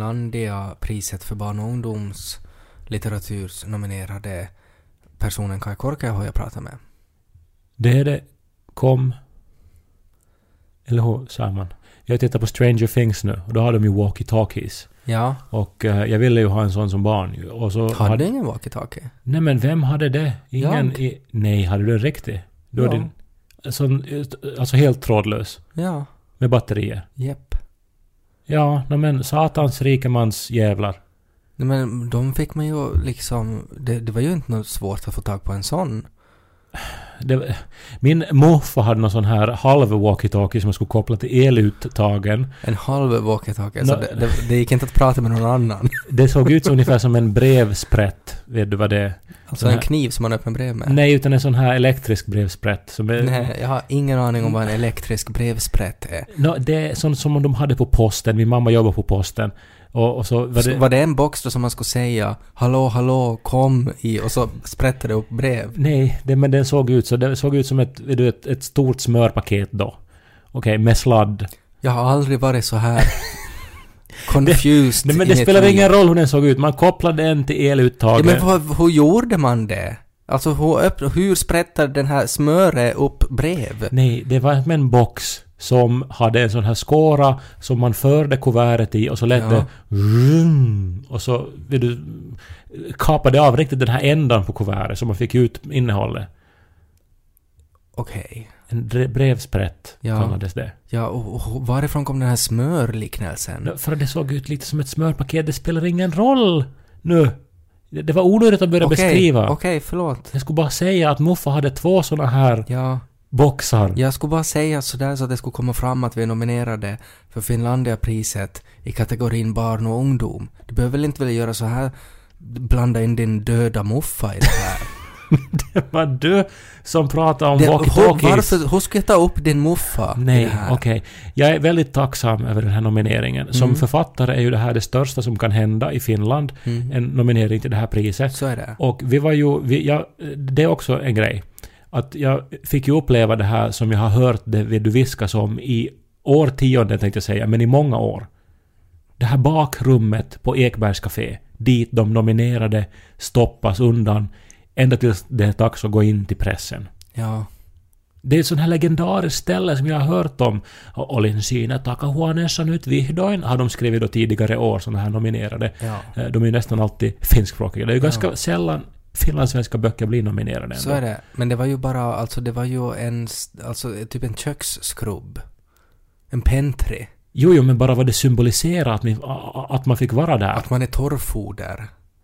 Finlandia-priset för barn- och ungdomslitteraturs nominerade personen Kai Korkeaho jag pratar med. Det kom... Eller hur sa man? Jag tittar på Stranger Things nu och då har de ju walkie-talkies. Ja. Och jag ville ju ha en sån som barn. Och så hade du ingen walkie-talkie? Nej, men vem hade det? Ingen nej, hade du en riktig? Du ja. Din, alltså helt trådlös. Ja. Med batterier. Jepp. Ja, men satans rikemans jävlar. Nej, men de fick man ju liksom... Det var ju inte något svårt att få tag på en sån. Min morfar hade någon sån här halv walkie-talkie som man skulle koppla till eluttagen. En halv walkie-talkie? Så det gick inte att prata med någon annan. Det såg ut ungefär som en brevsprätt. Vet du vad det är? Alltså en kniv som man öppnar brev med? Nej, utan en sån här elektrisk brevsprätt. Nej, jag har ingen aning om vad en elektrisk brevsprätt är. Det är sånt som de hade på posten. Min mamma jobbar på posten. Och så var det en box då som man skulle säga hallå, kom i och så sprättade upp brev? Nej, men den såg ut så. Det såg ut som ett stort smörpaket då. Okej, med sladd. Jag har aldrig varit så här confused. Men det spelar ingen roll hur den såg ut. Man kopplade den till eluttaget. Ja, men hur gjorde man det? Alltså hur sprättade den här smöret upp brev? Nej, det var med en box som hade en sån här skåra som man förde kuvertet i och så lät det och så kapade av riktigt den här ändan på kuvertet så man fick ut innehållet. Okej. En brevsprätt kallades det. Ja, och varifrån kom den här smörliknelsen? För det såg ut lite som ett smörpaket. Det spelar ingen roll nu. Det var onödigt att börja beskriva. Okej, förlåt. Jag skulle bara säga att Muffa hade 2 såna här boxar. Jag skulle bara säga sådär så att det skulle komma fram att vi är nominerade för Finlandia-priset i kategorin barn och ungdom. Du behöver väl inte vilja göra så här, blanda in din döda Muffa i det här. Det var du som pratade om walkie-talkies. Hur ska jag ta upp din Muffa? Nej, okej. Jag är väldigt tacksam över den här nomineringen. Som författare är ju det här det största som kan hända i Finland. En nominering till det här priset. Så är det. Och vi var ju... det är också en grej. Att jag fick ju uppleva det här som jag har hört det du viskas om i årtionden tänkte jag säga, men i många år. Det här bakrummet på Ekbergs Café, dit de nominerade stoppas undan ända tills det är dags att gå in till pressen. Ja. Det är ett sån här legendariskt ställe som jag har hört om. Olin siinä takahuoneessa nyt vihdoin har de skrivit då tidigare år såna här nominerade. Ja. De är nästan alltid finskspråkiga. Det är ju ganska sällan finlandssvenska böcker blir nominerade ändå. Så är det. Men det var ju bara, alltså det var ju typ en köksskrubb. En pentry. Jo, men bara vad det symboliserar att man fick vara där. Att man är torrfoder.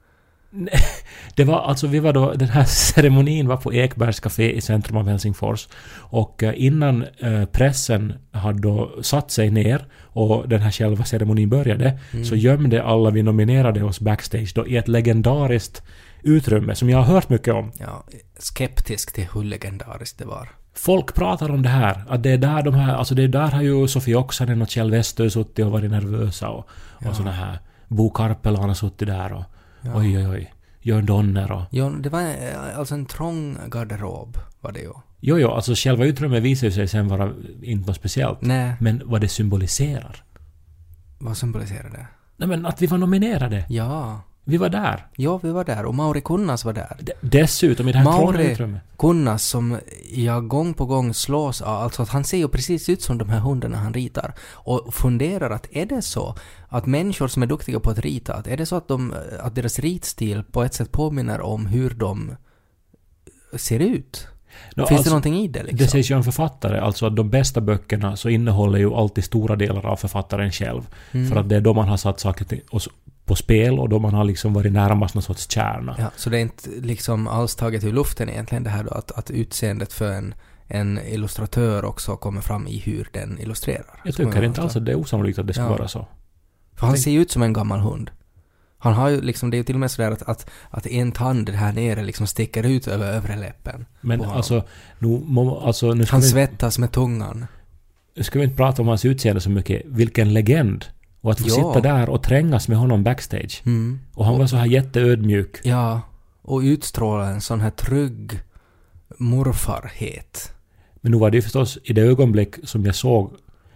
Det var alltså, vi var då, den här ceremonin var på Ekbergs Café i centrum av Helsingfors och innan pressen hade då satt sig ner och den här själva ceremonin började så gömde alla vi nominerade oss backstage då i ett legendariskt utrymme som jag har hört mycket om. Ja, skeptisk till hur legendariskt det var. Folk pratar om det här, att det är där de här, alltså det är där har ju Sofie Oksanen och Kjell Westö suttit och varit nervösa och såna här Bo Karpela har suttit där och oj, Jörn Donner och... Ja, det var alltså en trång garderob var det ju. Jo, alltså själva utrymmet visar sig sen vara inte något speciellt. Nej. Men vad det symboliserar. Vad symboliserar det? Nej, men att vi var nominerade. Ja. Vi var där. Ja, vi var där. Och Mauri Kunnas var där. Dessutom i det här trånga utrymmet. Mauri Kunnas som jag gång på gång slås av. Alltså att han ser ju precis ut som de här hundarna han ritar. Och funderar att är det så att människor som är duktiga på att rita, att är det så att deras ritstil på ett sätt påminner om hur de ser ut? Finns det någonting i det liksom? Det sägs ju en författare, alltså att de bästa böckerna så innehåller ju alltid stora delar av författaren själv. För att det är då man har satt saker på spel och då man har liksom varit närmast någon sorts kärna. Ja, så det är inte liksom alls taget ur luften egentligen det här då, att utseendet för en illustratör också kommer fram i hur den illustrerar. Jag tycker inte alls att det är osannolikt att det ska vara så. För han ser ju ut som en gammal hund. Han har ju liksom, det är ju till och med sådär att en tand här nere liksom sticker ut över övre läppen. Men alltså nu han svettas med tungan. Nu ska vi inte prata om hans utseende så mycket. Vilken legend. Och att få sitta där och trängas med honom backstage. Och han var så här jätteödmjuk. Ja, och utstråla en sån här trygg morfarhet. Men nu var det ju förstås i det ögonblick som jag såg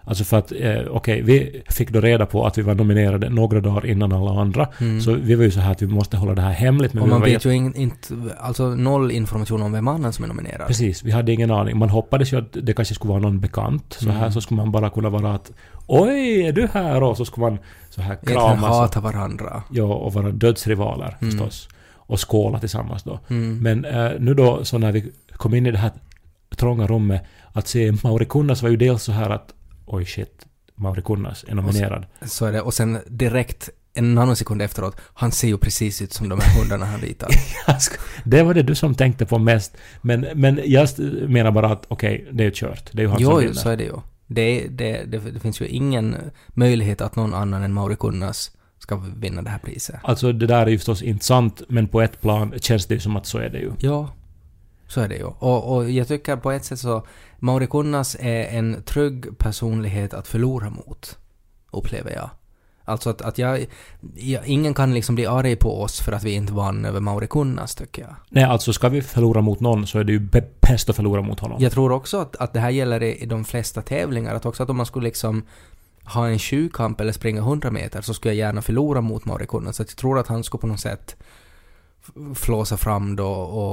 Alltså för att, okej, vi fick då reda på att vi var nominerade några dagar innan alla andra. Så vi var ju så här att vi måste hålla det här hemligt. Men och man vet ju inte, alltså noll information om vem mannen som är nominerad. Precis, vi hade ingen aning. Man hoppades ju att det kanske skulle vara någon bekant. Så här så skulle man bara kunna vara att oj, är du här? Och så skulle man så här kramas. Hata varandra. Ja, och vara dödsrivaler förstås. Och skåla tillsammans då. Men nu då, så när vi kom in i det här trånga rummet, att se Mauri Kunnas var ju dels så här att oj shit, Mauri Kunnas är nominerad. Så är det. Och sen direkt en nanosekund efteråt, han ser ju precis ut som de här hundarna han ritar. Det var det du som tänkte på mest. Men jag menar bara att okej, det är kört. Det är ju han som vinner. Så är det ju. Det finns ju ingen möjlighet att någon annan än Mauri Kunnas ska vinna det här priset. Alltså det där är ju förstås inte sant, men på ett plan känns det ju som att så är det ju. Ja, så är det ju. Och jag tycker på ett sätt så Mauri Kunnas är en trygg personlighet att förlora mot, upplever jag. Alltså att ingen kan liksom bli arg på oss för att vi inte vann över Mauri Kunnas, tycker jag. Nej, alltså ska vi förlora mot någon så är det ju bäst att förlora mot honom. Jag tror också att det här gäller i de flesta tävlingar. Att också att om man skulle liksom ha en 20-kamp eller springa 100 meter så skulle jag gärna förlora mot Mauri Kunnas. Så jag tror att han skulle på något sätt flåsa fram då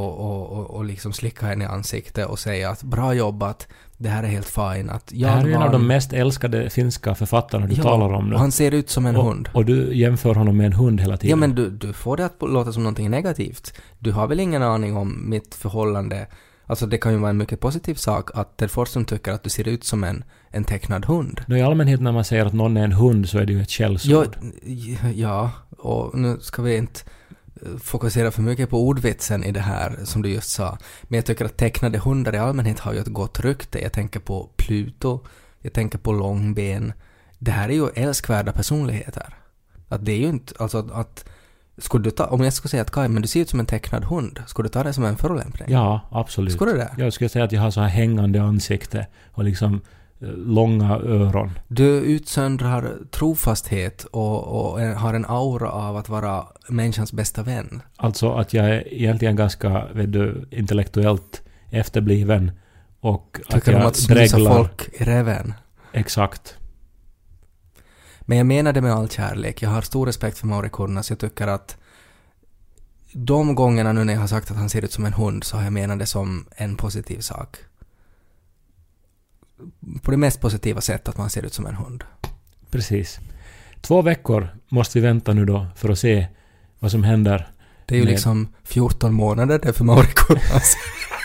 och liksom slicka henne i ansiktet och säga att bra jobbat, det här är helt fine. Att det här är en av de mest älskade finska författarna du talar om nu. Och han ser ut som en hund. Och du jämför honom med en hund hela tiden. Ja, men du får det att låta som någonting negativt. Du har väl ingen aning om mitt förhållande. Alltså det kan ju vara en mycket positiv sak att Ted Forsström tycker att du ser ut som en tecknad hund. I allmänhet när man säger att någon är en hund så är det ju ett källsord. Ja, och nu ska vi inte fokusera för mycket på ordvitsen i det här som du just sa. Men jag tycker att tecknade hundar i allmänhet har ju ett gott rykte. Jag tänker på Pluto, jag tänker på Långben. Det här är ju älskvärda personligheter. Att det är ju inte, alltså att skulle du ta, om jag skulle säga att Kai, men du ser ut som en tecknad hund, skulle du ta det som en förolämpning? Ja, absolut. Skulle du det? Jag skulle säga att jag har så här hängande ansikte och liksom långa öron. Du utsöndrar trofasthet och har en aura av att vara människans bästa vän. Alltså att jag är egentligen ganska intellektuellt efterbliven och tycker att jag att dreglar folk i reven. Exakt. Men jag menar det med all kärlek. Jag har stor respekt för Mauri Kunnas. Jag tycker att de gångerna nu när jag har sagt att han ser ut som en hund så har jag menat det som en positiv sak. På det mest positiva sätt att man ser ut som en hund. Precis. 2 veckor måste vi vänta nu då för att se vad som händer. Det är ju liksom 14 månader det för Mauri Kunnas.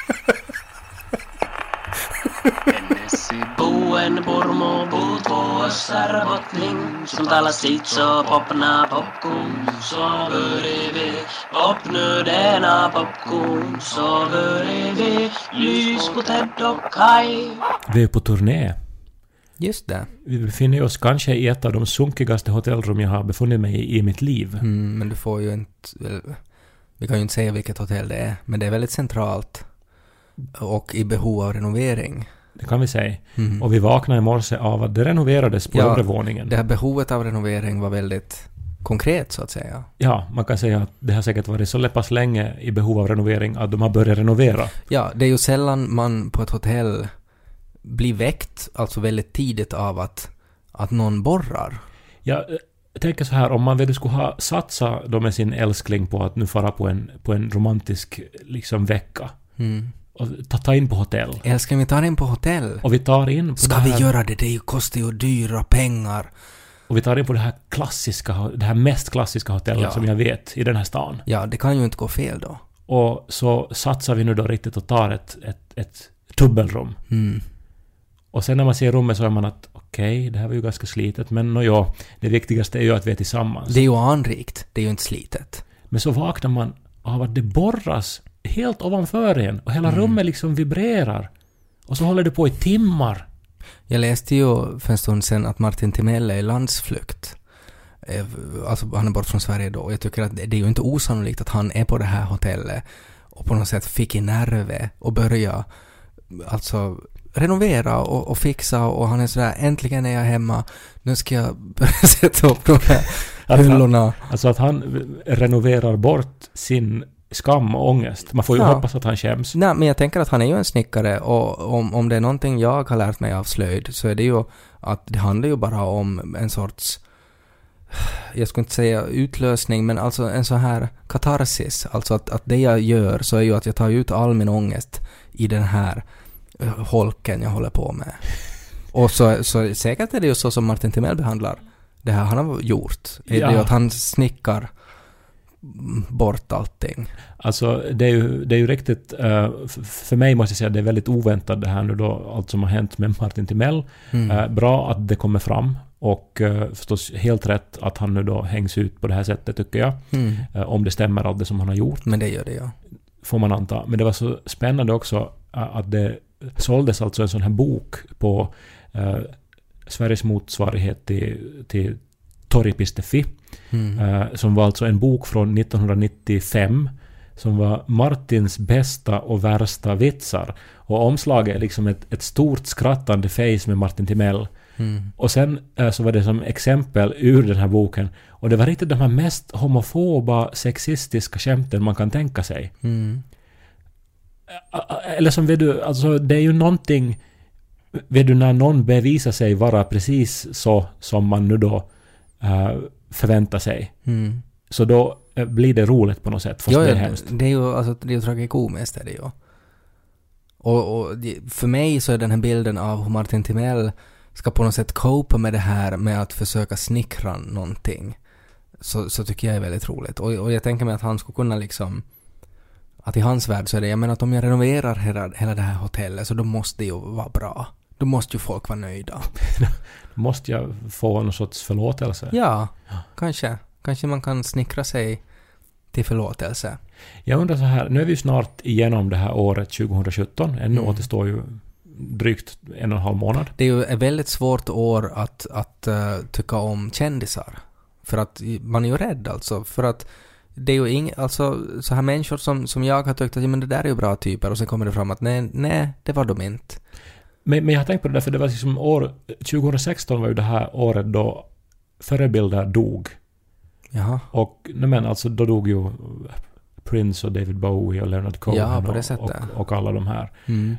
Buen Burmo Butuos Arvotning som talar sitt så popna popcorn så börjar popnödena popcorn så börjar lys på Ted och Kai. Vi är på turné. Just det. Vi befinner oss kanske i ett av de sunkigaste hotellrum jag har befunnit mig i mitt liv. Men du får ju inte... Vi kan ju inte säga vilket hotell det är, men det är väldigt centralt och i behov av renovering. Det kan vi säga. Och vi vaknade i morse av att det renoverades på övre våningen. Det här behovet av renovering var väldigt konkret så att säga. Ja, man kan säga att det har säkert varit så pass länge i behov av renovering att de har börjat renovera. Ja, det är ju sällan man på ett hotell blir väckt, alltså väldigt tidigt av att någon borrar. Ja, jag tänker så här, om man väl skulle ha satsa då med sin älskling på att nu fara på en romantisk liksom vecka. Och ta in på hotell. Ska vi ta in på hotell? Och vi tar in på ska det här... vi göra det? Det kostar ju dyra pengar. Och vi tar in på det här mest klassiska hotellet som jag vet i den här stan. Ja, det kan ju inte gå fel då. Och så satsar vi nu då riktigt och tar ett dubbelrum. Och sen när man ser rummet så är man att okej, det här var ju ganska slitet. Men det viktigaste är ju att vi är tillsammans. Det är ju anrikt, det är ju inte slitet. Men så vaknar man av att det borras helt ovanför en och hela rummet liksom vibrerar. Och så håller det på i timmar. Jag läste ju för en stund sedan att Martin Timell är i landsflykt. Alltså han är bort från Sverige då. Och jag tycker att det är ju inte osannolikt att han är på det här hotellet och på något sätt fick i nerve och börja alltså renovera och fixa och han är sådär, äntligen är jag hemma, nu ska jag börja sätta upp de här hyllorna. Alltså att han renoverar bort sin skam och ångest. Man får ju hoppas att han skäms. Nej, men jag tänker att han är ju en snickare, och om det är någonting jag har lärt mig av slöjd, så är det ju att det handlar ju bara om en sorts, jag skulle inte säga utlösning, men alltså en så här katarsis. Alltså att det jag gör så är ju att jag tar ut all min ångest i den här holken jag håller på med. Och så säkert är det ju så som Martin Timell behandlar det här han har gjort. Det är ju att han snickar bort allting. Alltså det är ju riktigt, för mig måste jag säga att det är väldigt oväntat det här nu då, allt som har hänt med Martin Timell. Bra att det kommer fram, och förstås helt rätt att han nu då hängs ut på det här sättet, tycker jag. Om det stämmer allt det som han har gjort. Men det gör det, ja. Får man anta. Men det var så spännande också att det såldes alltså en sån här bok på Sveriges motsvarighet till Tori.fi, som var alltså en bok från 1995 som var Martins bästa och värsta vitsar. Och omslaget är liksom ett stort skrattande face med Martin Timell. Och sen så var det som exempel ur den här boken. Och det var riktigt de här mest homofoba, sexistiska skämten man kan tänka sig. Eller som vet du, alltså det är ju någonting, vet du, när någon bevisar sig vara precis så som man nu då förväntar sig. Så då blir det roligt på något sätt, fast det är hemskt. Det är ju alltså, det är ju tragikomiskt, är det ju. Och för mig så är den här bilden av hur Martin Timell ska på något sätt copa med det här med att försöka snickra någonting, så tycker jag är väldigt roligt. Och jag tänker mig att han skulle kunna liksom, att i hans värld så är det, jag menar att om jag renoverar hela det här hotellet, så då måste det ju vara bra. Då måste ju folk vara nöjda. Måste jag få någon sorts förlåtelse? Ja, kanske. Kanske man kan snickra sig till förlåtelse. Jag undrar så här, nu är vi snart igenom det här året 2017. Ännu återstår ju drygt 1,5 månad. Det är ju ett väldigt svårt år att tycka om kändisar. För att man är ju rädd alltså. För att det är ju alltså så här människor som jag har tyckt att men det där är ju bra typer, och sen kommer det fram att nej, det var de inte. Men jag har tänkt på det där, för det var liksom 2016 var ju det här året då förebilder dog. Jaha. Och men alltså då dog ju Prince och David Bowie och Leonard Cohen och alla de här.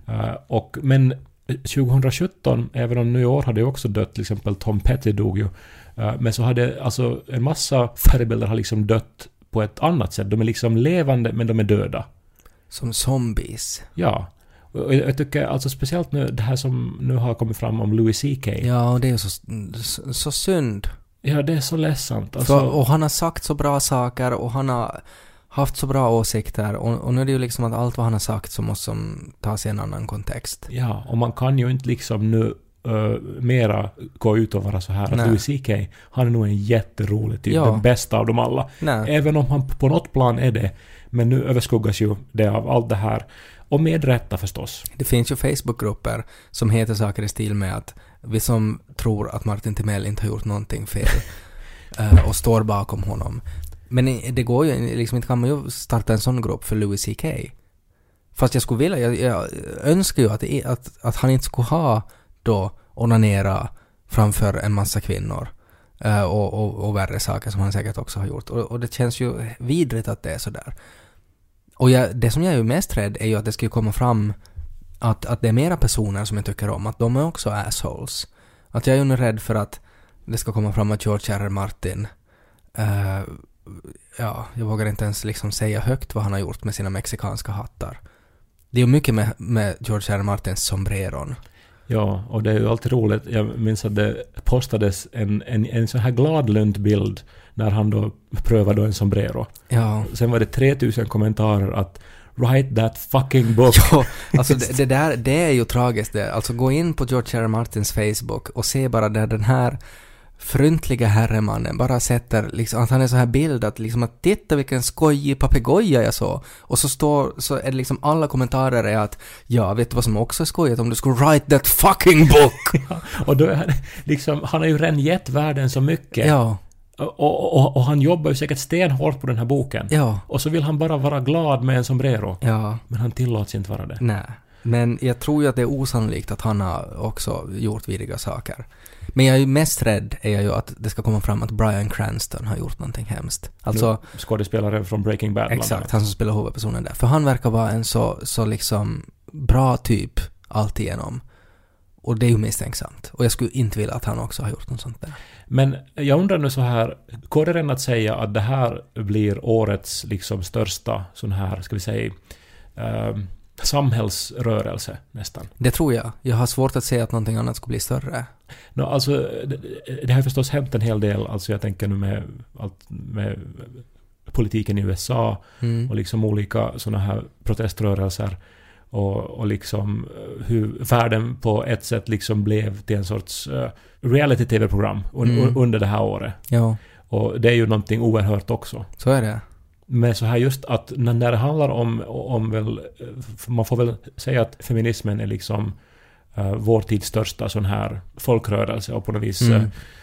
Men 2017, även om nu i år hade också dött, till exempel Tom Petty dog ju. Men så hade alltså en massa förebilder har liksom dött på ett annat sätt. De är liksom levande, men de är döda. Som zombies. Ja. Och jag tycker alltså speciellt nu det här som nu har kommit fram om Louis CK. Ja, och det är så synd. Ja, det är så ledsamt. Alltså, och han har sagt så bra saker, och han har haft så bra åsikter, och nu är det ju liksom att allt vad han har sagt så måste tas i en annan kontext. Ja, och man kan ju inte liksom nu mera gå ut och vara så här. Att Louis CK, han är nog en jätterolig typ, den bästa av dem alla. Även om han på något plan är det, men nu överskuggas ju det av allt det här. Och med rätta förstås. Det finns ju Facebookgrupper som heter saker i stil med att vi som tror att Martin Timell inte har gjort någonting fel och står bakom honom. Men det går ju liksom inte, kan man ju starta en sån grupp för Louis CK. Fast jag skulle vilja, jag önskar ju att han inte skulle ha då onanera framför en massa kvinnor och värre saker som han säkert också har gjort. Och det känns ju vidrigt att det är så där. Och det som jag är ju mest rädd är ju att det ska komma fram att det är mera personer som jag tycker om, att de är också assholes. Att jag är ju nu rädd för att det ska komma fram att George R. Martin jag vågar inte ens liksom säga högt vad han har gjort med sina mexikanska hattar. Det är ju mycket med George R. Martins sombreron. Ja, och det är ju alltid roligt. Jag minns att det postades en sån här gladlund bild när han då prövade en sombrero. Ja. Sen var det 3000 kommentarer att write that fucking book. Ja, alltså det är ju tragiskt det. Alltså gå in på George R. Martins Facebook och se bara där den här fryntliga herremannen bara sätter liksom, att han är så här bildad liksom, att titta vilken skojig papegoja jag så. Och så är det liksom alla kommentarer är att vet du vad som också är skojigt, om du skulle write that fucking book. Ja, och då är det liksom, han har ju redan gett världen så mycket. Ja. Och han jobbar ju säkert stenhårt på den här boken. Ja. Och så vill han bara vara glad med en sombrero. Ja. Men han tillåts inte vara det. Nej. Men jag tror ju att det är osannolikt att han har också gjort vidriga saker. Men jag är ju mest rädd att det ska komma fram att Bryan Cranston har gjort någonting hemskt. Alltså skådespelaren från Breaking Bad. Exakt, han som spelar huvudpersonen där. För han verkar vara en så liksom bra typ alltigenom. Och det är ju misstänksamt. Och jag skulle inte vilja att han också har gjort något sånt där. Men jag undrar nu så här, går det redan att säga att det här blir årets liksom största sån här, ska vi säga, samhällsrörelse nästan? Det tror jag. Jag har svårt att säga att någonting annat skulle bli större. No, alltså, det har förstås hänt en hel del, alltså jag tänker nu med politiken i USA och liksom olika såna här proteströrelser och liksom hur världen på ett sätt liksom blev till en sorts reality-tv-program under det här året. Ja. Och det är ju någonting oerhört också. Så är det. Men så här just att när det handlar om väl, man får väl säga att feminismen är liksom vår tids största sån här folkrörelse och på något vis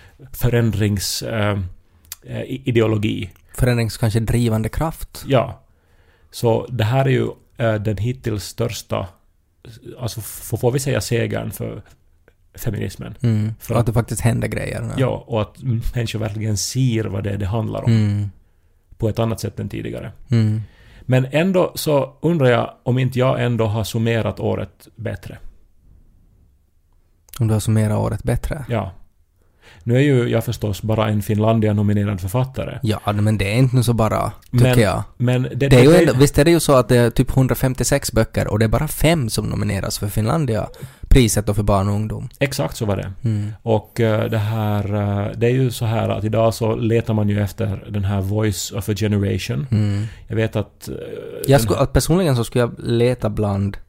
förändringsideologi. Förändrings kanske drivande kraft. Ja. Så det här är ju den hittills största, alltså får vi säga segern för feminismen. För att det faktiskt händer grejer. Ja, och att människor verkligen ser vad det handlar om. På ett annat sätt än tidigare. Men ändå så undrar jag om inte jag ändå har summerat året bättre. Om du har summerat året bättre? Ja. Nu är ju jag förstås bara en Finlandia-nominerad författare. Ja, men det är inte så bara, tycker jag. Men det är ju ändå, visst är det ju så att det är typ 156 böcker och det är bara 5 som nomineras för Finlandia-priset och för barn och ungdom. Exakt så var det. Och det är ju så här att idag så letar man ju efter den här Voice of a Generation. Jag vet att... personligen så skulle jag leta bland...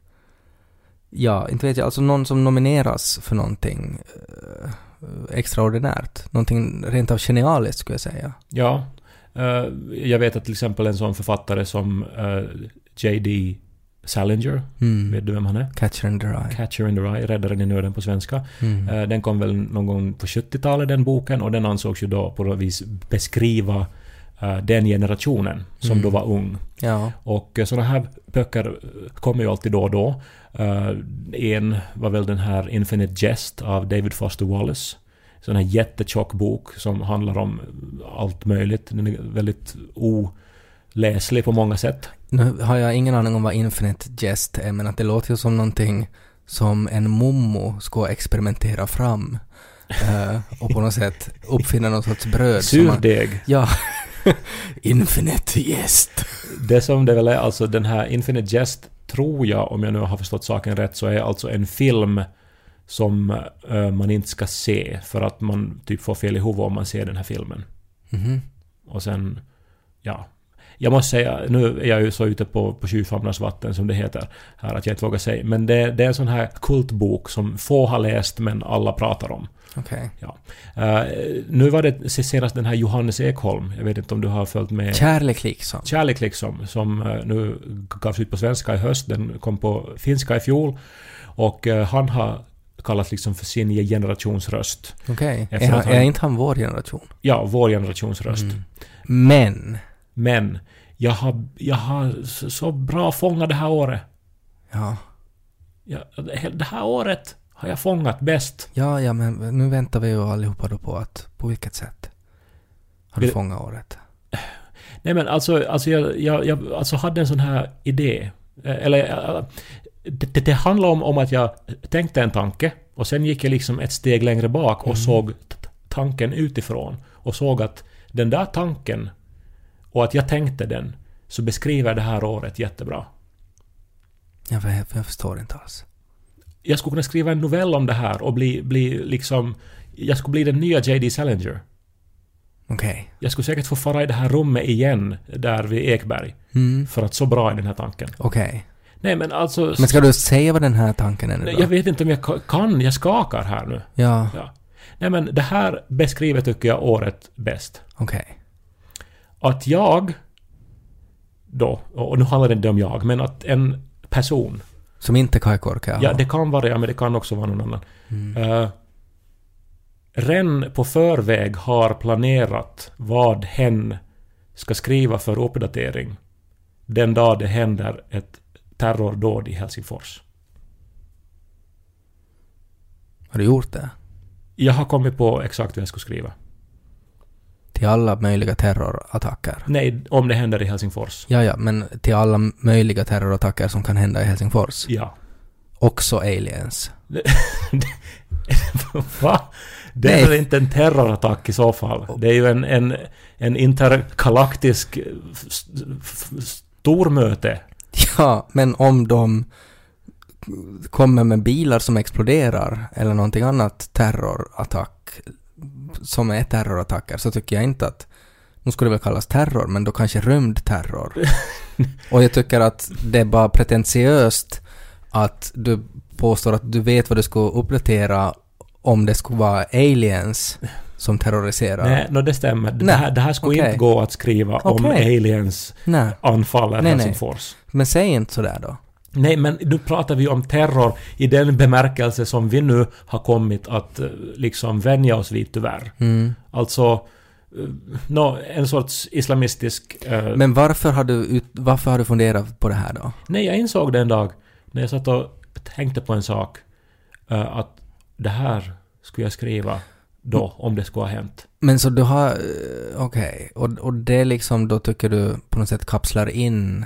Ja, inte vet jag. Alltså någon som nomineras för någonting... extraordinärt. Någonting rent av genialiskt skulle jag säga. Ja. Jag vet att till exempel en sån författare som J.D. Salinger, vet du vem han är? Catcher in the Rye. Catcher in the Rye, Räddaren i nöden på svenska. Den kom väl någon gång på 70-talet, den boken, och den ansågs ju då på något vis beskriva den generationen som då var ung. Ja. Och sådana här böcker kommer ju alltid då och då. En var väl den här Infinite Jest av David Foster Wallace. Sån här jättetjock bok som handlar om allt möjligt. Den är väldigt oläslig på många sätt. Nu har jag ingen aning om vad Infinite Jest är, men att det låter ju som någonting som en mommo ska experimentera fram och på något sätt uppfinna någon sorts bröd. Surdeg. Ja. Infinite Jest. Det som det väl är, alltså den här Infinite Jest, tror jag, om jag nu har förstått saken rätt, så är alltså en film som man inte ska se för att man typ får fel i huvudet om man ser den här filmen. Och sen, ja, jag måste säga, nu är jag ju så ute på Tjuvfamnars vatten som det heter här att jag inte vågar säga, men det är en sån här kultbok som få har läst men alla pratar om. Okej. Ja. Nu var det senast den här Johannes Ekholm, jag vet inte om du har följt med. Kärlek liksom, som nu gavs ut på svenska i höst, den kom på finska i fjol, och han har kallats liksom för sin generationsröst. Okej. Är inte han vår generation? Ja, vår generationsröst. Men jag har så bra fångat det här året. Ja. Det här året har jag fångat bäst. Ja, men nu väntar vi ju allihopa då på vilket sätt har du fångat året? Nej, men alltså jag hade en sån här idé. Eller det handlar om att jag tänkte en tanke och sen gick jag liksom ett steg längre bak och såg tanken utifrån och såg att den där tanken och att jag tänkte den, så beskriver det här året jättebra. Jag förstår inte alls. Jag skulle kunna skriva en novell om det här och bli liksom, jag skulle bli den nya J.D. Salinger. Okej. Jag skulle säkert få fara i det här rummet igen där vid Ekberg. För att så bra är den här tanken. Okej. Nej, men alltså... Men ska du säga vad den här tanken är nu då? Jag vet inte om jag kan. Jag skakar här nu. Ja. Nej, men det här beskriver, tycker jag, året bäst. Okej. Att jag då, och nu handlar det inte om jag, men att en person... Som inte Kai Korka. Ja, det kan vara jag, men det kan också vara någon annan. Ren på förväg har planerat vad hen ska skriva för uppdatering den dag det händer ett terrordåd i Helsingfors. Har du gjort det? Jag har kommit på exakt vad jag skulle skriva. Till alla möjliga terrorattacker? Nej, om det händer i Helsingfors. Ja, men till alla möjliga terrorattacker som kan hända i Helsingfors? Ja. Också aliens? Va? Det är väl inte en terrorattack i så fall. Det är ju en intergalaktisk stormöte. Ja, men om de kommer med bilar som exploderar eller någonting annat terrorattack som är terrorattacker, så tycker jag inte att nu skulle det väl kallas terror, men då kanske rymdterror. Och jag tycker att det är bara pretentiöst att du påstår att du vet vad du ska uppdatera om det skulle vara aliens som terroriserar. Nej, det stämmer. Det här skulle inte gå att skriva om aliens anfaller Helsingfors. Men säg inte sådär då. Nej, men nu pratar vi om terror i den bemärkelse som vi nu har kommit att liksom vänja oss vid tyvärr. Alltså en sorts islamistisk... Men varför har du funderat på det här då? Nej, jag insåg det en dag när jag satt och tänkte på en sak att det här skulle jag skriva då om det skulle ha hänt. Men så du har... Okej. Och det liksom då tycker du på något sätt kapslar in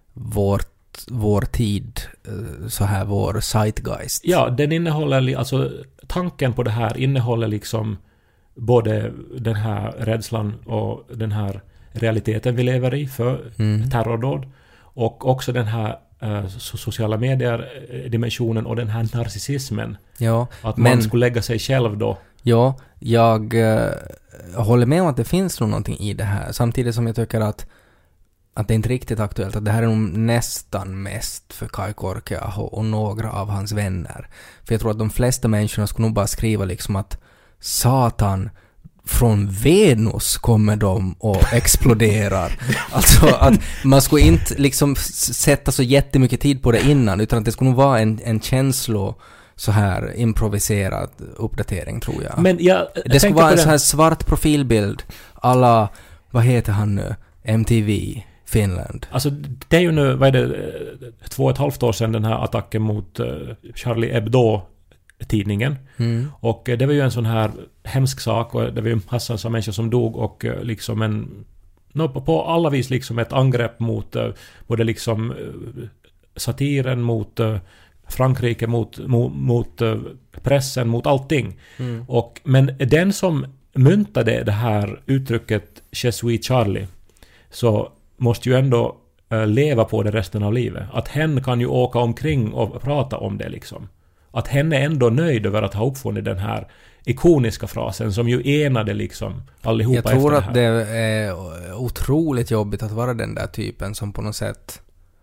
vår tid, så här vår zeitgeist. Ja, den innehåller, alltså tanken på det här innehåller liksom både den här rädslan och den här realiteten vi lever i för terrordåd, och också den här sociala medier-dimensionen och den här narcissismen. Ja, att man skulle lägga sig själv då. Ja, jag håller med om att det finns någonting i det här, samtidigt som jag tycker att det är inte riktigt aktuellt, att det här är nog nästan mest för Kai Korkeaho och några av hans vänner. För jag tror att de flesta människorna skulle nog bara skriva liksom att Satan, från Venus kommer de och exploderar. Alltså att man skulle inte liksom sätta så jättemycket tid på det innan, utan att det skulle nog vara en känslo så här improviserad uppdatering, tror jag. Men det skulle vara en så här svart profilbild alla, vad heter han nu? MTV Finland. Alltså det är ju nu, vad är det, 2,5 år sedan den här attacken mot Charlie Hebdo-tidningen. Och det var ju en sån här hemsk sak, och det var ju massor av människor som dog, och liksom på alla vis liksom ett angrepp mot både liksom satiren, mot Frankrike, mot pressen, mot allting. Men den som myntade det här uttrycket Je suis Charlie, så måste ju ändå leva på det resten av livet. Att hen kan ju åka omkring och prata om det liksom. Att hen är ändå nöjd över att ha uppfunnit den här ikoniska frasen som ju enade liksom allihopa efter det här. Jag tror att det är otroligt jobbigt att vara den där typen som på något sätt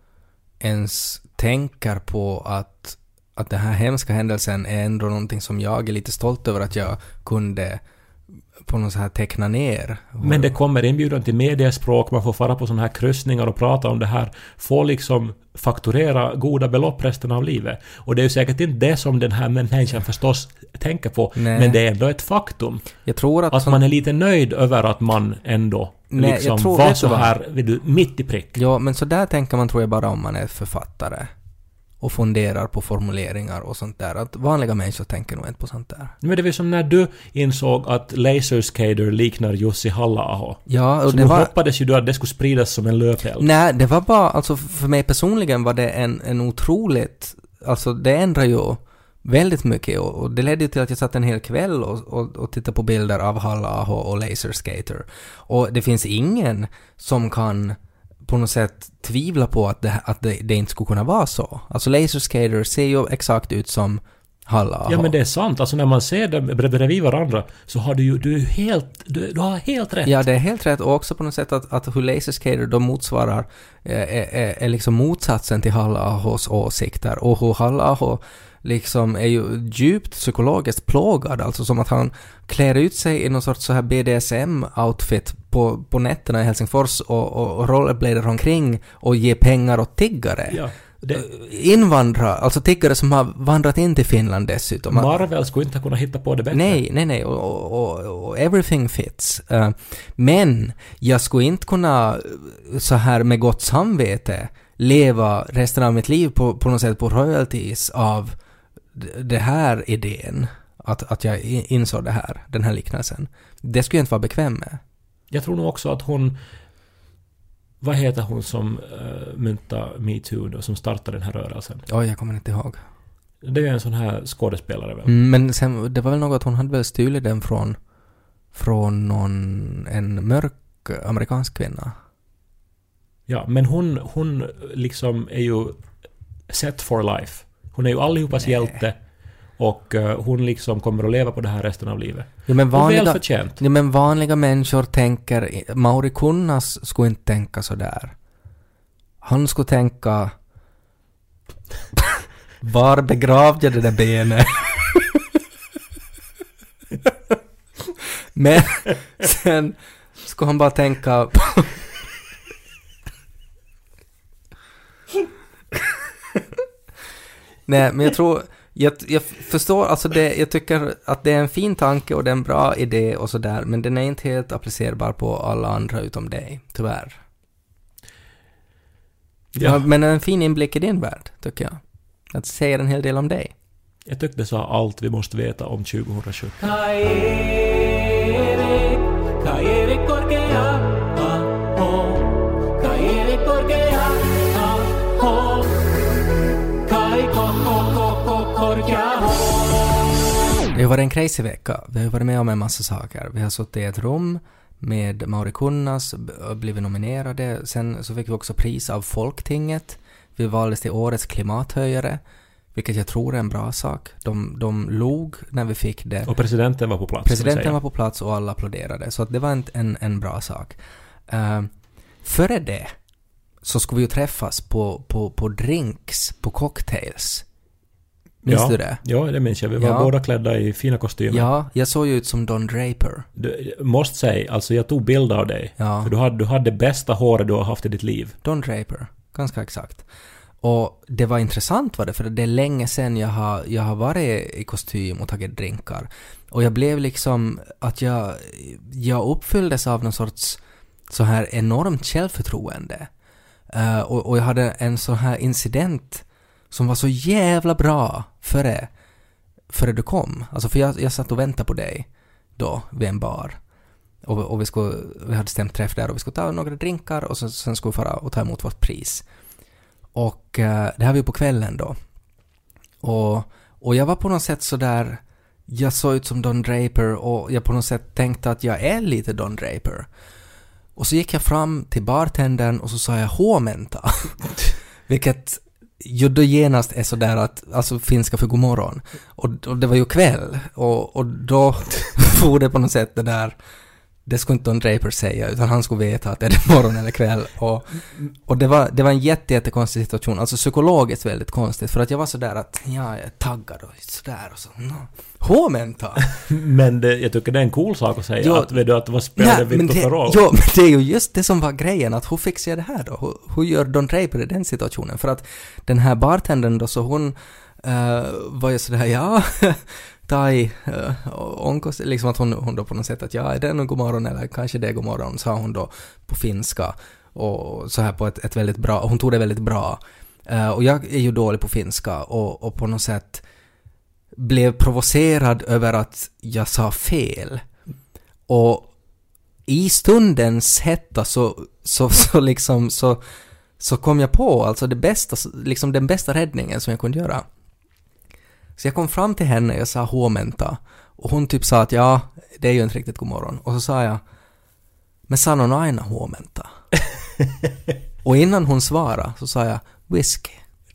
ens tänker på att den här hemska händelsen är ändå någonting som jag är lite stolt över att jag kunde på något så här teckna ner. Men det kommer inbjudan till mediespråk, man får fara på sådana här kryssningar och prata om det här, får liksom fakturera goda belopp resten av livet. Och det är ju säkert inte det som den här människan förstås tänker på. Nej. Men det är ändå ett faktum. Jag tror att man är lite nöjd över att man ändå liksom var så här mitt i prick. Ja, men så där tänker man, tror jag, bara om man är författare och funderar på formuleringar och sånt där. Att vanliga människor tänker nog inte på sånt där. Men det var som när du insåg att Laserskater liknar Jussi Halla-aho. Ja, och så det hoppades ju du att det skulle spridas som en löpeld. Nej, det var bara, alltså för mig personligen var det en otroligt, alltså det ändrar ju väldigt mycket, och det ledde till att jag satt en hel kväll och tittade på bilder av Halla-aho och Laserskater. Och det finns ingen som kan på något sätt tvivla på att det inte skulle kunna vara så. Alltså Laserskater ser ju exakt ut som Halla-aho. Ja, men det är sant. Alltså när man ser dem bredvid varandra så har du har helt rätt. Ja, det är helt rätt. Och också på något sätt att hur Laserskater då motsvarar är liksom motsatsen till Halla-ahos åsikter. Och hur Halla-aho liksom är ju djupt psykologiskt plågad, alltså som att han klär ut sig i någon sorts så här BDSM-outfit på nätterna i Helsingfors och rollerblader omkring och ger pengar åt tiggare. Ja, invandrare, alltså tiggare som har vandrat in till Finland dessutom. Marvel skulle inte kunna hitta på det bättre. Nej, och everything fits. Men jag skulle inte kunna så här med gott samvete leva resten av mitt liv på något sätt på royalties av det här idén. att jag insåg den här liknelsen. Det skulle jag inte vara bekväm med. Jag tror nog också att hon... Vad heter hon som myntar MeToo då, som startade den här rörelsen? Ja, jag kommer inte ihåg. Det är en sån här skådespelare väl? Men sen, det var väl något att hon hade väl stulit den från en mörk amerikansk kvinna. Ja, men hon liksom är ju set for life. Hon är ju allihopas hjälte och hon liksom kommer att leva på det här resten av livet. Ja, men välförtjänt. Ja, men vanliga människor tänker... Mauri Kunnas skulle inte tänka så där. Han skulle tänka... Var begravde jag det där benet? Men sen skulle han bara tänka... Nej, men jag tror... Jag förstår, alltså jag tycker att det är en fin tanke och det är en bra idé och sådär, men den är inte helt applicerbar på alla andra utom dig, tyvärr. Ja, men en fin inblick i din värld, tycker jag. Att säga en hel del om dig. Jag tyckte det sa allt vi måste veta om 2017. Det har varit en crazy vecka. Vi har varit med om en massa saker. Vi har suttit i ett rum med Mauri Kunnas, blivit nominerade. Sen så fick vi också pris av Folktinget. Vi valdes till årets klimathöjare, vilket jag tror är en bra sak. De log när vi fick det. Och presidenten var på plats. Presidenten var på plats och alla applåderade. Så att det var en bra sak. Före det så skulle vi ju träffas på drinks, på cocktails. Minns du det? Ja, det minns jag. Vi var båda klädda i fina kostymer. Ja, jag såg ju ut som Don Draper. Du måste säga, alltså jag tog bilder av dig. Ja. För du hade det bästa håret du har haft i ditt liv. Don Draper, ganska exakt. Och det var intressant var det, för det är länge sedan jag har varit i kostym och tagit drinkar. Och jag blev liksom att jag uppfylldes av någon sorts så här enormt självförtroende. Och jag hade en sån här incident som var så jävla bra före du kom. Alltså för jag satt och väntade på dig då vid en bar. Och vi hade stämt träff där och vi skulle ta några drinkar och sen skulle vi fara och ta emot vårt pris. Och det här var ju på kvällen då. Och jag var på något sätt så där, jag såg ut som Don Draper och jag på något sätt tänkte att jag är lite Don Draper. Och så gick jag fram till bartendern och så sa jag H-menta. Vilket ju då genast är sådär att, alltså finska för god morgon. Och det var ju kväll. Och då får det på något sätt det där, det skulle inte Don Draper säga, utan han skulle veta att det är morgon eller kväll. Och det var en jättekonstig situation. Alltså psykologiskt väldigt konstigt. För att jag var sådär att, jag är taggad och sådär. Och så, H-menta. Men jag tycker det är en cool sak att säga. Att vad spelade Victor för roll? Ja, men det är ju just det som var grejen. Att hur fixar jag det här då? Hur gör Don Draper i den situationen? För att den här bartendern då, så hon var ju sådär, tai onkos, liksom att hon då på något sätt att är det en god morgon eller kanske det är god morgon, sa hon då på finska och så här på ett väldigt bra, hon tog det väldigt bra. Och jag är ju dålig på finska och på något sätt blev provocerad över att jag sa fel. Och i stundens hetta så kom jag på alltså det bästa, liksom den bästa räddningen som jag kunde göra. Så jag kom fram till henne och jag sa H-menta. Och hon typ sa att det är ju inte riktigt god morgon. Och så sa jag, men sanon aina H-menta. Och innan hon svarade så sa jag, whisky.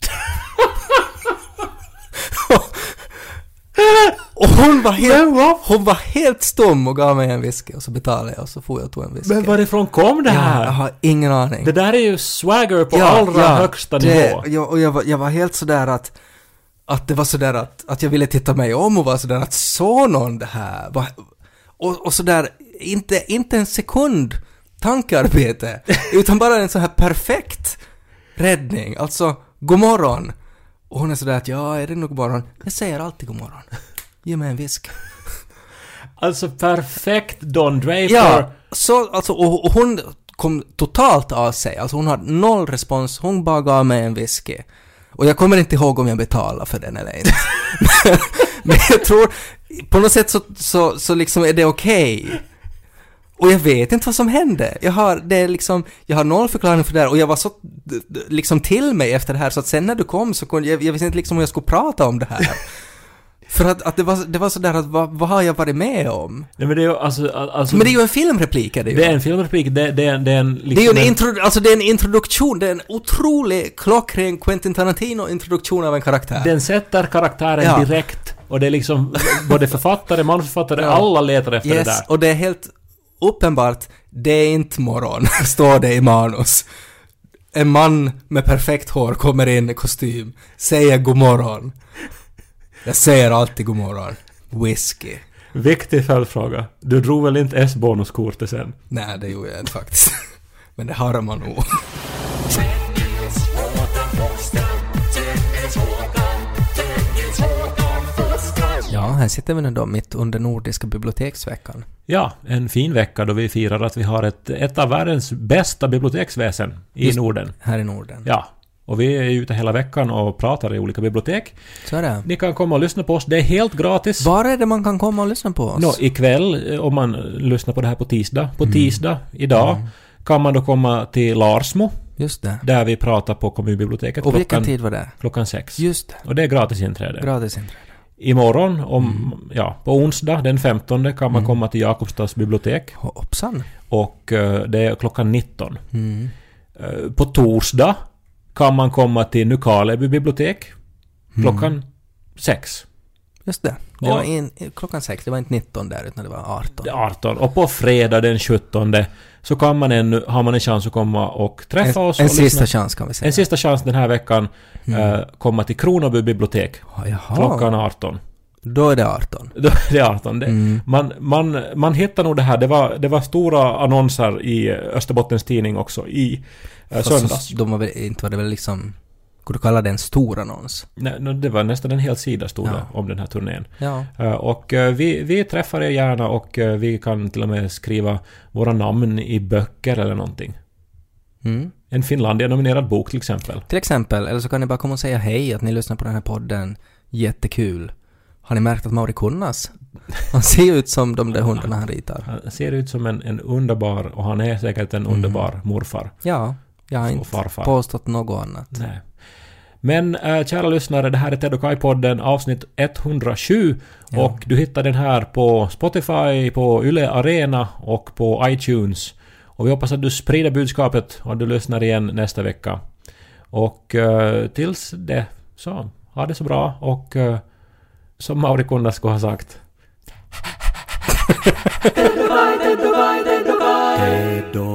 Och hon var helt stum och gav mig en whisky. Och så betalade jag och så får jag tog en whisky. Men varifrån kom det här? Jag har ingen aning. Det där är ju swagger på allra högsta nivå. Och jag var helt sådär att det var sådär att jag ville titta mig om och var sådär att så någon det här och sådär inte en sekund tankearbete utan bara en så här perfekt räddning, alltså god morgon. Och hon är sådär att är det nog god morgon? Jag säger alltid god morgon. Ge mig en whisky. Alltså perfekt Don Draper. Ja, så alltså och hon kom totalt av sig. Alltså hon hade noll respons. Hon bara gav mig en whisky. Och jag kommer inte ihåg om jag betalar för den eller inte. Men jag tror, på något sätt så liksom är det okej. Och jag vet inte vad som hände. Jag har noll förklaring för det här. Och jag var så liksom till mig efter det här. Så att sen när du kom så kunde jag visste inte liksom hur jag skulle prata om det här. För att det var så där att vad har jag varit med om? Nej, men det är ju men det är ju en filmreplik. Det är en filmreplik. Det är en liksom det är ju det är en introduktion. Det är en otrolig klockren Quentin Tarantino-introduktion av en karaktär. Den sätter karaktären direkt. Och det är liksom både författare, manusförfattare, alla letar efter det där. Och det är helt uppenbart, det är inte morgon, står det i manus. En man med perfekt hår kommer in i kostym, säger god morgon. Jag säger alltid god morgon. Whisky. Viktig följdfråga. Du drog väl inte S-bonuskortet sen? Nej, det gjorde jag inte faktiskt. Men det har man nog. Ja, här sitter vi nu då mitt under Nordiska biblioteksveckan. Ja, en fin vecka då vi firar att vi har ett av världens bästa biblioteksväsen i Norden. Här i Norden. Ja, och vi är ute hela veckan och pratar i olika bibliotek. Så är det. Ni kan komma och lyssna på oss, det är helt gratis. Var är det man kan komma och lyssna på oss? Ikväll, om man lyssnar på det här på tisdag. På tisdag, idag, kan man då komma till Larsmo. Just det. Där vi pratar på kommunbiblioteket. Och vilken tid var det? 6. Just det. Och det är gratis inträde. Gratis inträde. Imorgon, på onsdag den 15 kan man komma till Jakobstads bibliotek. Hoppsan. Och det är 19. På torsdag kan man komma till Nykarleby bibliotek 6. Just det. Det var 6, det var inte 19 där utan det var 18. 18. Och på fredag den 17 så har man en chans att komma och träffa oss. En sista chans kan vi säga. En sista chans den här veckan komma till Kronoby bibliotek. Klockan 18. Då är det 18. Då är det 18. Man hittar nog det här. Det var stora annonser i Österbottens tidning också i söndags. De var väl inte var det väl liksom, skulle du kalla det en stor annons? Nej, det var nästan en hel sida stod det om den här turnén. Ja. Och vi träffar er gärna och vi kan till och med skriva våra namn i böcker eller någonting. En Finlandia-nominerad bok till exempel. Till exempel, eller så kan ni bara komma och säga hej att ni lyssnar på den här podden. Jättekul. Har ni märkt att Mauri Kunnas? Han ser ut som de där hundarna han ritar. Han ser ut som en underbar, och han är säkert en underbar morfar. Ja, jag har inte påstått något annat. Nej. Men kära lyssnare, det här är Ted och Kai-podden avsnitt 107 och du hittar den här på Spotify, på Yle Arena och på iTunes. Och vi hoppas att du sprider budskapet och du lyssnar igen nästa vecka. Och tills det så, ha det så bra och som Mauri Kunnas skulle ha sagt. Ted och Kai.